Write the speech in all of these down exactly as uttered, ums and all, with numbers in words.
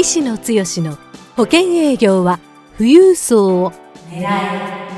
石野剛の保険営業は富裕層を狙え。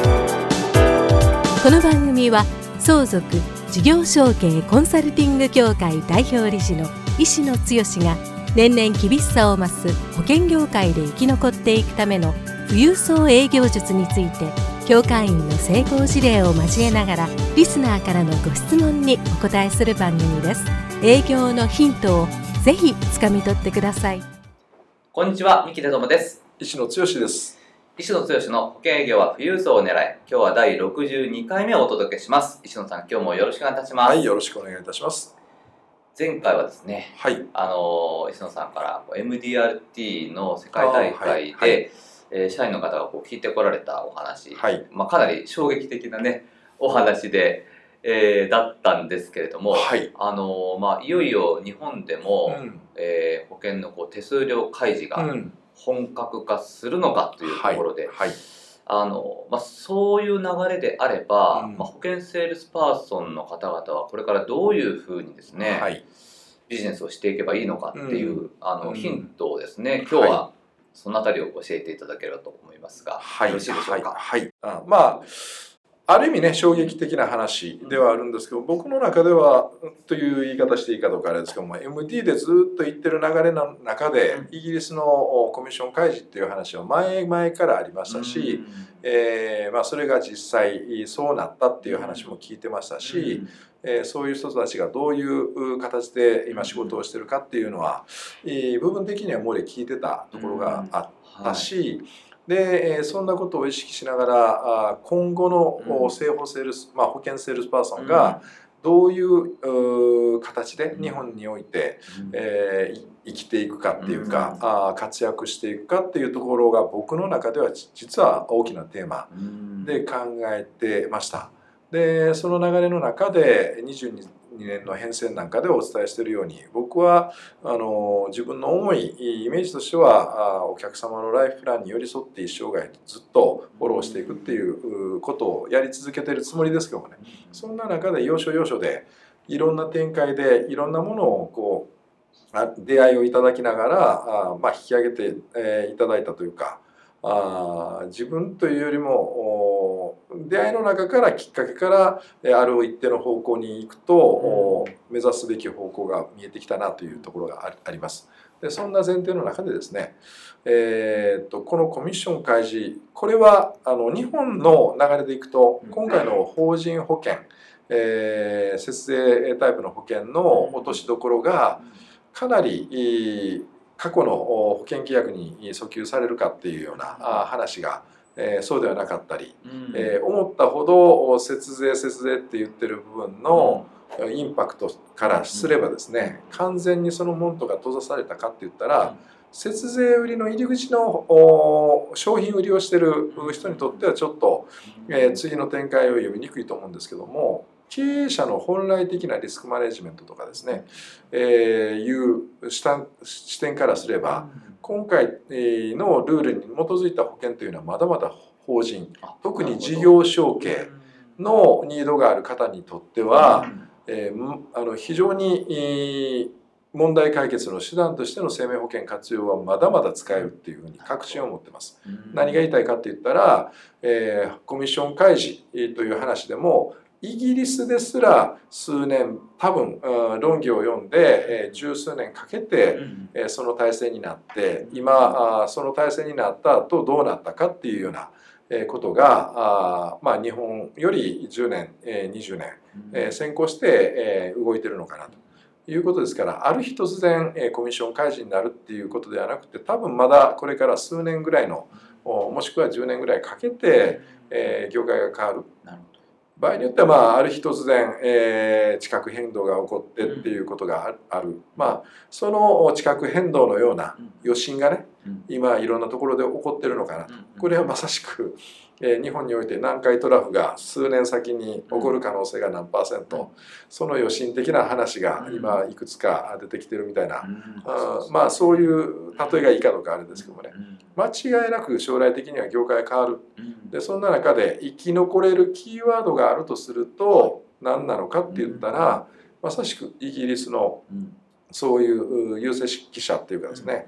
この番組は相続事業承継コンサルティング協会代表理事の石野剛が年々厳しさを増す保険業界で生き残っていくための富裕層営業術について、協会員の成功事例を交えながらリスナーからのご質問にお答えする番組です。営業のヒントをぜひつかみ取ってください。 こんにちは、三木哲友です。 石野剛です。 石野剛の保険営業は富裕層を狙い。今日はだいろくじゅうにかいめをお届けします。石野さん、今日もよろしくお願いいたします。 はい、よろしくお願いいたします。 前回はですね、 はい、 あの石野さんから エムディーアールティー の世界大会で、はいはい、えー、社員の方がこう聞いてこられたお話、はい、まあ、かなり衝撃的なねお話で、えー、だったんですけれども、はい、あのまあ、いよいよ日本でも、うん、えー、保険のこう手数料開示が本格化するのかというところで、はいはい、あのまあ、そういう流れであれば、うん、まあ、保険セールスパーソンの方々はこれからどういうふうにですね、はい、ビジネスをしていけばいいのかっていう、うん、あのヒントをですね、今日はそのあたりを教えていただければと思いますが、はい、よろしいでしょうか。 はいはい、あまあある意味ね、衝撃的な話ではあるんですけど、僕の中ではという言い方していいかどうかあれですけども、 エムディー でずっと言ってる流れの中で、イギリスのコミッション開示っていう話は前々からありましたし、えーまあ、それが実際そうなったっていう話も聞いてましたし、えー、そういう人たちがどういう形で今仕事をしてるかっていうのは、えー、部分的にはもう聞いてたところがあったし、でそんなことを意識しながら今後の生保セールス、まあ、保険セールスパーソンがどういう形で日本において、えー、生きていくかっていうか、活躍していくかっていうところが僕の中では実は大きなテーマで考えてました。でその流れの中でにじゅうにねんの変遷なんかでお伝えしているように、僕はあの自分の思いイメージとしては、お客様のライフプランに寄り添って一生涯ずっとフォローしていくっていうことをやり続けているつもりですけどもね、そんな中で要所要所でいろんな展開でいろんなものをこう出会いをいただきながら、あまあ引き上げて、えー、いただいたというか、あ自分というよりも出会いの中からきっかけからある一定の方向に行くと、うん、目指すべき方向が見えてきたなというところがあります。でそんな前提の中でですね、えー、っとこのコミッション開示、これはあの日本の流れでいくと、今回の法人保険、えー、節税タイプの保険の落としどころがかなり過去の保険規約に訴求されるかっていうような話が、えー、そうではなかったり、うん、えー、思ったほど節税節税って言ってる部分のインパクトからすればですね、完全にその門戸が閉ざされたかって言ったら、節税売りの入り口の商品売りをしてる人にとってはちょっと、えー、次の展開を読みにくいと思うんですけども、経営者の本来的なリスクマネジメントとかですね、えー、いう視点からすれば、今回のルールに基づいた保険というのはまだまだ法人、特に事業承継のニードがある方にとっては、えー、あの非常に問題解決の手段としての生命保険活用はまだまだ使えるっていうふうに確信を持ってます。何が言いたいかって言ったら、えー、コミッション開示という話でも、イギリスですら数年、多分論議を読んで十数年かけてその体制になって、今その体制になった後どうなったかっていうようなことが、まあ、日本よりじゅうねんにじゅうねん先行して動いてるのかなということですから、ある日突然コミッション開示になるっていうことではなくて、多分まだこれから数年ぐらいの、もしくはじゅうねんぐらいかけて業界が変わる。場合によっては、まあ、ある日突然、えー、地殻変動が起こってっていうことがある、まあ、その地殻変動のような余震がね、今いろんなところで起こってるのかなと。これはまさしく、えー、日本において南海トラフが数年先に起こる可能性が何パーセント、その余震的な話が今いくつか出てきてるみたいな、あまあそういう例えがいいかどうかあれですけどもね、間違いなく将来的には業界が変わる。でそんな中で生き残れるキーワードがあるとすると何なのかって言ったら、まさしくイギリスのそういう優勢指揮者っていうかですね、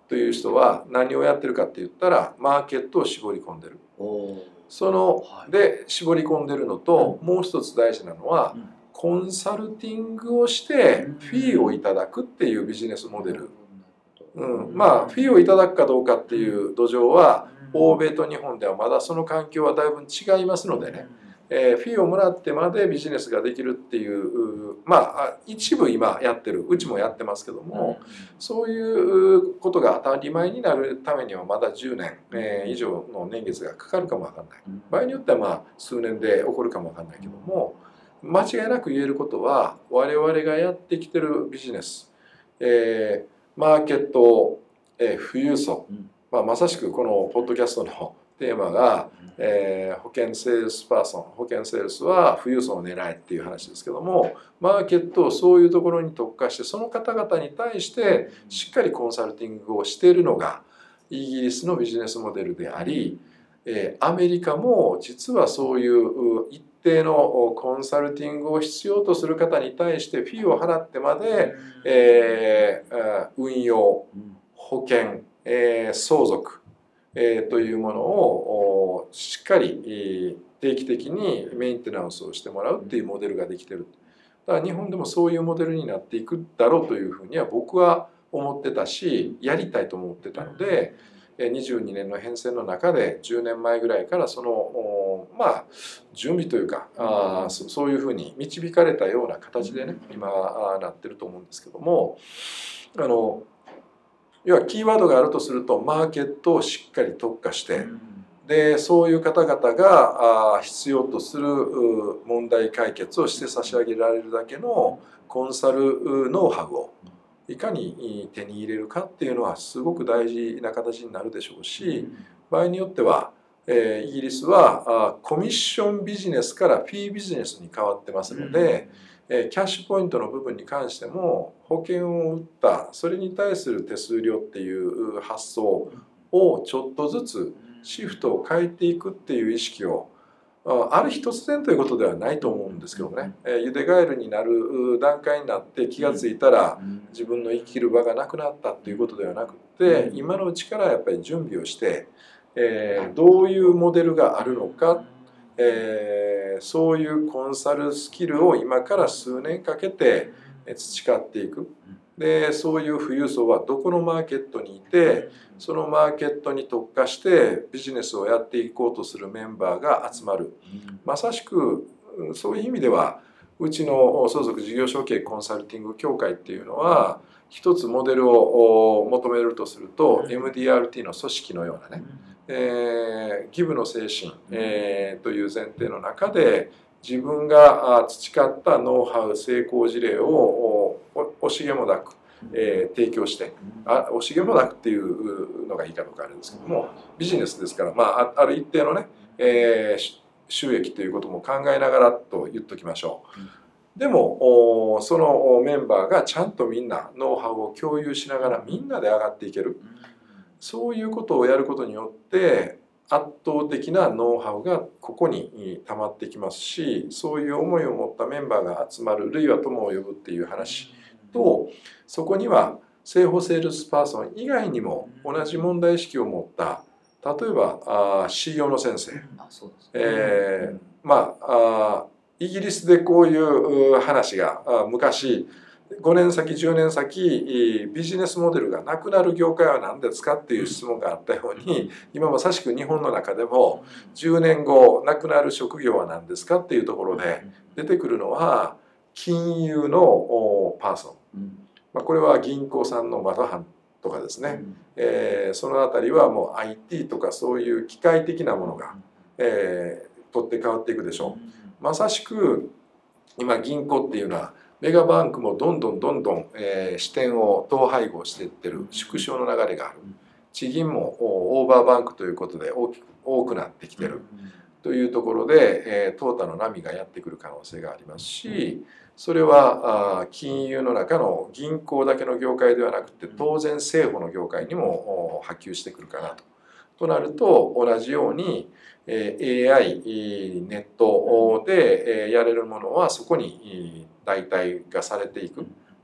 という人は何をやってるかって言ったらマーケットを絞り込んでる。そので絞り込んでるのと、もう一つ大事なのはコンサルティングをしてフィーをいただくっていうビジネスモデル。うん、まあフィーをいただくかどうかっていう土壌は欧米と日本ではまだその環境はだいぶ違いますのでね、えー、フィーをもらってまでビジネスができるっていうまあ一部今やってる、うちもやってますけども、そういうことが当たり前になるためにはまだじゅうねん、えー、以上の年月がかかるかもわかんない。場合によってはまあ数年で起こるかもわかんないけども、間違いなく言えることは我々がやってきてるビジネス、えー、マーケット、えー、富裕層、まあ、まさしくこのポッドキャストのテーマが、えー、保険セールスパーソン、保険セールスは富裕層を狙えっていう話ですけども、マーケットをそういうところに特化してその方々に対してしっかりコンサルティングをしているのがイギリスのビジネスモデルであり、えー、アメリカも実はそういう一定のコンサルティングを必要とする方に対してフィーを払ってまで、えー、運用、保険、えー、相続、えー、というものをしっかり定期的にメンテナンスをしてもらうっていうモデルができてる。だから日本でもそういうモデルになっていくだろうというふうには僕は思ってたし、やりたいと思ってたので、にじゅうにねんの変遷の中でじゅうねんまえぐらいからそのまあ準備というか、あそういうふうに導かれたような形でね今なってると思うんですけども、あの要はキーワードがあるとするとマーケットをしっかり特化して、でそういう方々が必要とする問題解決をして差し上げられるだけのコンサルノウハウをいかに手に入れるかっていうのはすごく大事な形になるでしょうし、場合によっては、えー、イギリスはコミッションビジネスからフィービジネスに変わってますので、えー、キャッシュポイントの部分に関しても保険を売ったそれに対する手数料っていう発想をちょっとずつシフトを変えていくっていう意識をある日突然ということではないと思うんですけどね、えー、ゆでガエルになる段階になって気がついたら自分の生きる場がなくなったということではなくて、今のうちからやっぱり準備をして、えー、どういうモデルがあるのか、えー、そういうコンサルスキルを今から数年かけて培っていく。でそういう富裕層はどこのマーケットにいて、そのマーケットに特化してビジネスをやっていこうとするメンバーが集まる。まさしくそういう意味ではうちの相続事業承継コンサルティング協会っていうのは一つモデルを求めるとすると エムディーアールティー の組織のようなね、えー、ギブの精神、えー、という前提の中で自分が培ったノウハウ成功事例を惜しげもなく、えー、提供して、あ惜しげもなくっていうのがいいかどうかあれですけども、ビジネスですから、まあ、ある一定のね、えー、収益ということも考えながらと言っときましょう。でもそのメンバーがちゃんとみんなノウハウを共有しながらみんなで上がっていける、そういうことをやることによって圧倒的なノウハウがここに溜まってきますし、そういう思いを持ったメンバーが集まる類は友を呼ぶっていう話と、そこには正補セールスパーソン以外にも同じ問題意識を持った例えばあ シーイーオー の先生、えー、まああイギリスでこういう話が昔ごねんさきじゅうねんさきビジネスモデルがなくなる業界は何ですかっていう質問があったように、今まさしく日本の中でもじゅうねんごなくなる職業は何ですかっていうところで出てくるのは金融のパーソン、まあ、これは銀行さんのマドハンとかですね、えー、そのあたりはもう アイティー とかそういう機械的なものが、えー、取って変わっていくでしょう。まさしく今銀行っていうのはメガバンクもどんどんどんどん、えー、支店を統廃合していってる縮小の流れがある。地銀もオーバーバンクということで大きく多くなってきてるというところで、えー、淘汰の波がやってくる可能性がありますし、それはあ金融の中の銀行だけの業界ではなくて当然政府の業界にも波及してくるかなと。となると同じように エーアイ ネットでやれるものはそこに代替がされていく。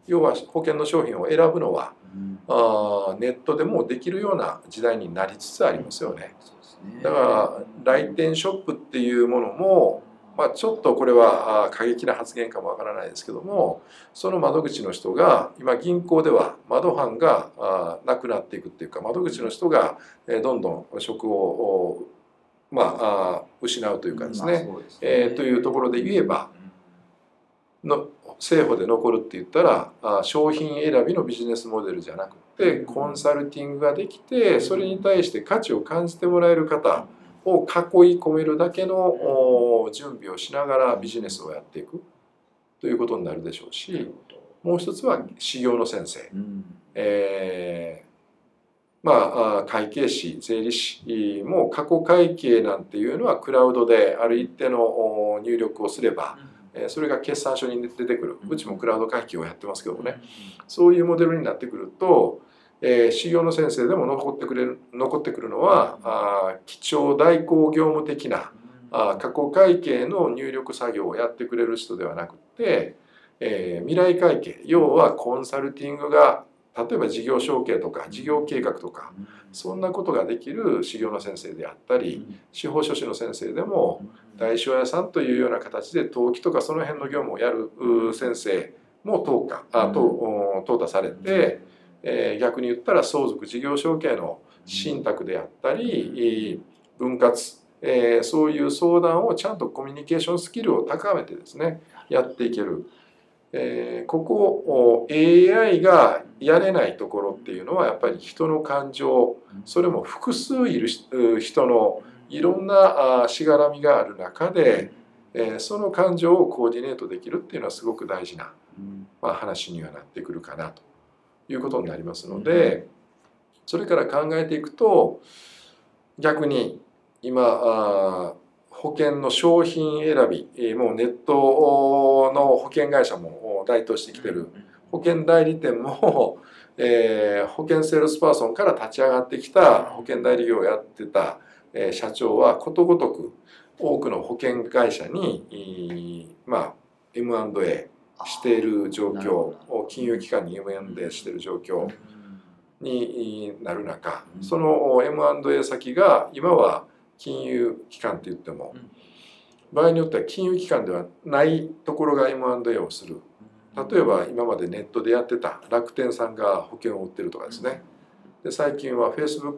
要は保険の商品を選ぶのは、うん、あネットでもできるような時代になりつつありますよね。そうですね。だから来店ショップっていうものも、まあ、ちょっとこれは過激な発言かもわからないですけども、その窓口の人が今銀行では窓販がなくなっていくっていうか、窓口の人がどんどん職をまあ失うというかですね、まあ、ですね、えー、というところで言えばの政府で残るって言ったら商品選びのビジネスモデルじゃなくてコンサルティングができて、それに対して価値を感じてもらえる方を囲い込めるだけの準備をしながらビジネスをやっていくということになるでしょうし、もう一つは修行の先生、うん、えー、まあ会計士、税理士も過去会計なんていうのはクラウドである一定の入力をすれば、うん、それが決算書に出てくる。うちもクラウド会計をやってますけどもね、そういうモデルになってくると、えー、修行の先生でも残ってくれる残ってくるのは、あ基調代行業務的なあ過去会計の入力作業をやってくれる人ではなくて、えー、未来会計、要はコンサルティングが例えば事業承継とか事業計画とかそんなことができる修行の先生であったり、司法書士の先生でも代書屋さんというような形で登記とかその辺の業務をやる先生も淘汰あ淘汰されて、えー、逆に言ったら相続事業承継の信託であったり分割、えー、そういう相談をちゃんとコミュニケーションスキルを高めてですねやっていける、えー、ここを エーアイ がやれないところっていうのはやっぱり人の感情、それも複数いる人のいろんなしがらみがある中で、えー、その感情をコーディネートできるっていうのはすごく大事な、まあ、話にはなってくるかなということになりますので、それから考えていくと逆に今保険の商品選び、もうネットの保険会社も台頭してきてる、保険代理店も、えー、保険セールスパーソンから立ち上がってきた保険代理業をやってた、えー、社長はことごとく多くの保険会社に、まあ、エムアンドエー している状況、金融機関に エムアンドエー している状況になる中、その エムアンドエー 先が今は金融機関って言っても場合によっては金融機関ではないところが エムアンドエー をする。例えば今までネットでやってた楽天さんが保険を売ってるとかですね。で最近は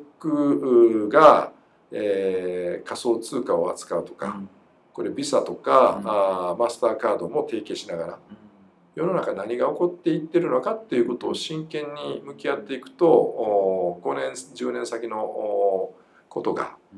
Facebook が、えー、仮想通貨を扱うとか、これビザとか、うん、あマスターカードも提携しながら世の中何が起こっていってるのかっていうことを真剣に向き合っていくとごねんじゅうねん先のことが、うん、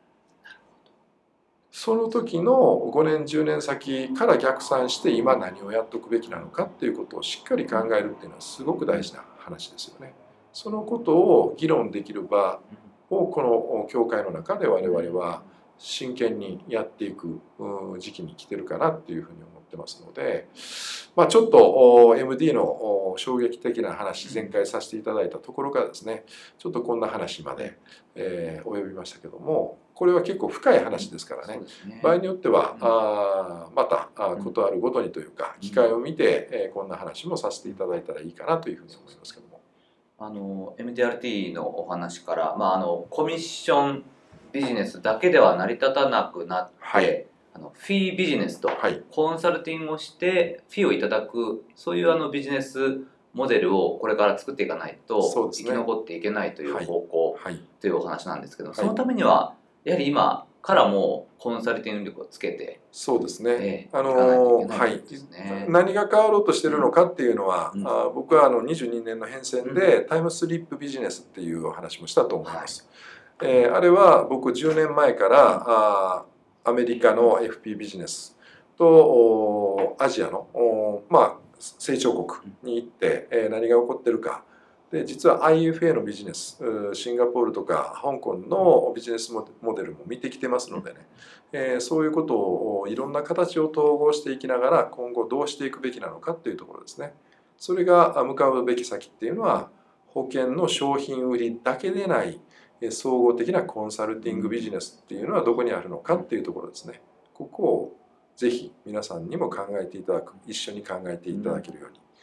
その時のごねんじゅうねん先から逆算して今何をやっとくべきなのかっていうことをしっかり考えるっていうのはすごく大事な話ですよね。そのことを議論できる場をこの協会の中で我々は真剣にやっていく時期に来てるかなっていうふうに思ってますので、まあ、ちょっと エムディー の衝撃的な話前回させていただいたところからですね、ちょっとこんな話まで、えー、及びましたけども、これは結構深い話ですからね、ね場合によっては、うん、あまたことあるごとにというか機会を見て、えー、こんな話もさせていただいたらいいかなというふうに思いますけども、 あの エムディーアールティー のお話から、まあ、あのコミッションビジネスだけでは成り立たなくなって、はい、あのフィービジネスと、はい、コンサルティングをしてフィーをいただく、そういうあのビジネスモデルをこれから作っていかないと、ね、生き残っていけないという方向、はい、というお話なんですけど、はい、そのためにはやはり今からもコンサルティング力をつけて、 そうですね、えー、あのはい、何が変わろうとしているのかっていうのは、うん、あ僕はあのにじゅうにねんの変遷で、うん、タイムスリップビジネスっていうお話もしたと思います。はい、えー、あれは僕じゅうねんまえからあアメリカの エフピー ビジネスとアジアのまあ成長国に行って、えー、何が起こってるかで、実は アイエフエー のビジネス、シンガポールとか香港のビジネスモデルも見てきてますのでね、えー、そういうことをいろんな形を統合していきながら今後どうしていくべきなのかっていうところですね。それが向かうべき先っていうのは保険の商品売りだけでない総合的なコンサルティングビジネスっていうのはどこにあるのかっていうところですね。ここをぜひ皆さんにも考えていただく、一緒に考えていただけるように、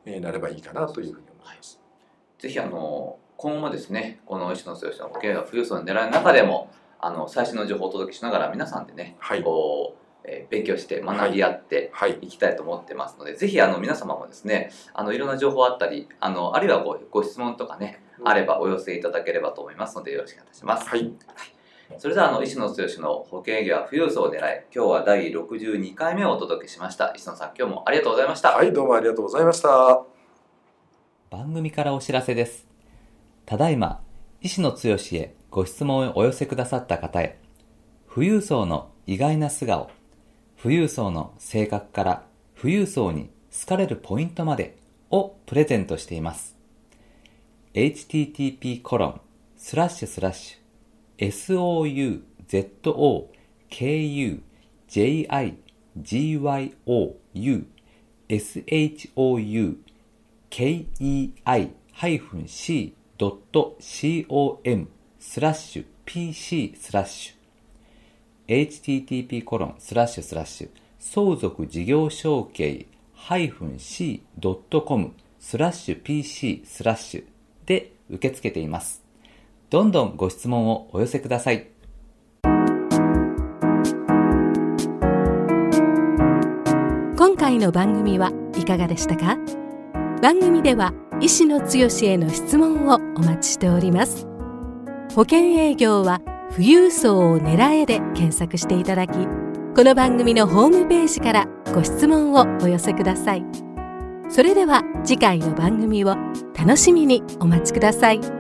なればいいかなというふうに思います。 ぜひあの今後もですね、この石野剛の保険が富裕層を狙う中でもあの最新の情報をお届けしながら皆さんでね、はい、こうえー、勉強して学び合っていきたいと思ってますので、はいはい、ぜひあの皆様もですね、あのいろんな情報あったり、あのあるいはこうご質問とかね、うん、あればお寄せいただければと思いますのでよろしくお願いいたします。はい、それではあの石野剛の保険営業は富裕層を狙い、今日はだいろくじゅうにかいめをお届けしました。石野さん、今日もありがとうございました。 はい、どうもありがとうございました。 番組からお知らせです。ただいま石野剛へご質問をお寄せくださった方へ、富裕層の意外な素顔、富裕層の性格から富裕層に好かれるポイントまでをプレゼントしています。エイチティーティーピーコロンスラッシュスラッシュエスオーユーゼットオーケーユージェイアイジーワイオーユーエスエイチオーユーケーイーアイシードットコムスラッシュピーシースラッシュエイチティーティーピーコロンスラッシュスラッシュ相続事業承継 -c ドットコムスラッシュ ピーシー スラッシュで受け付けています。どんどんご質問をお寄せください。 今回の番組はいかがでしたか？番組では石野剛への質問をお待ちしております。保険営業は富裕層を狙えで検索していただき、この番組のホームページからご質問をお寄せください。それでは次回の番組を楽しみにお待ちください。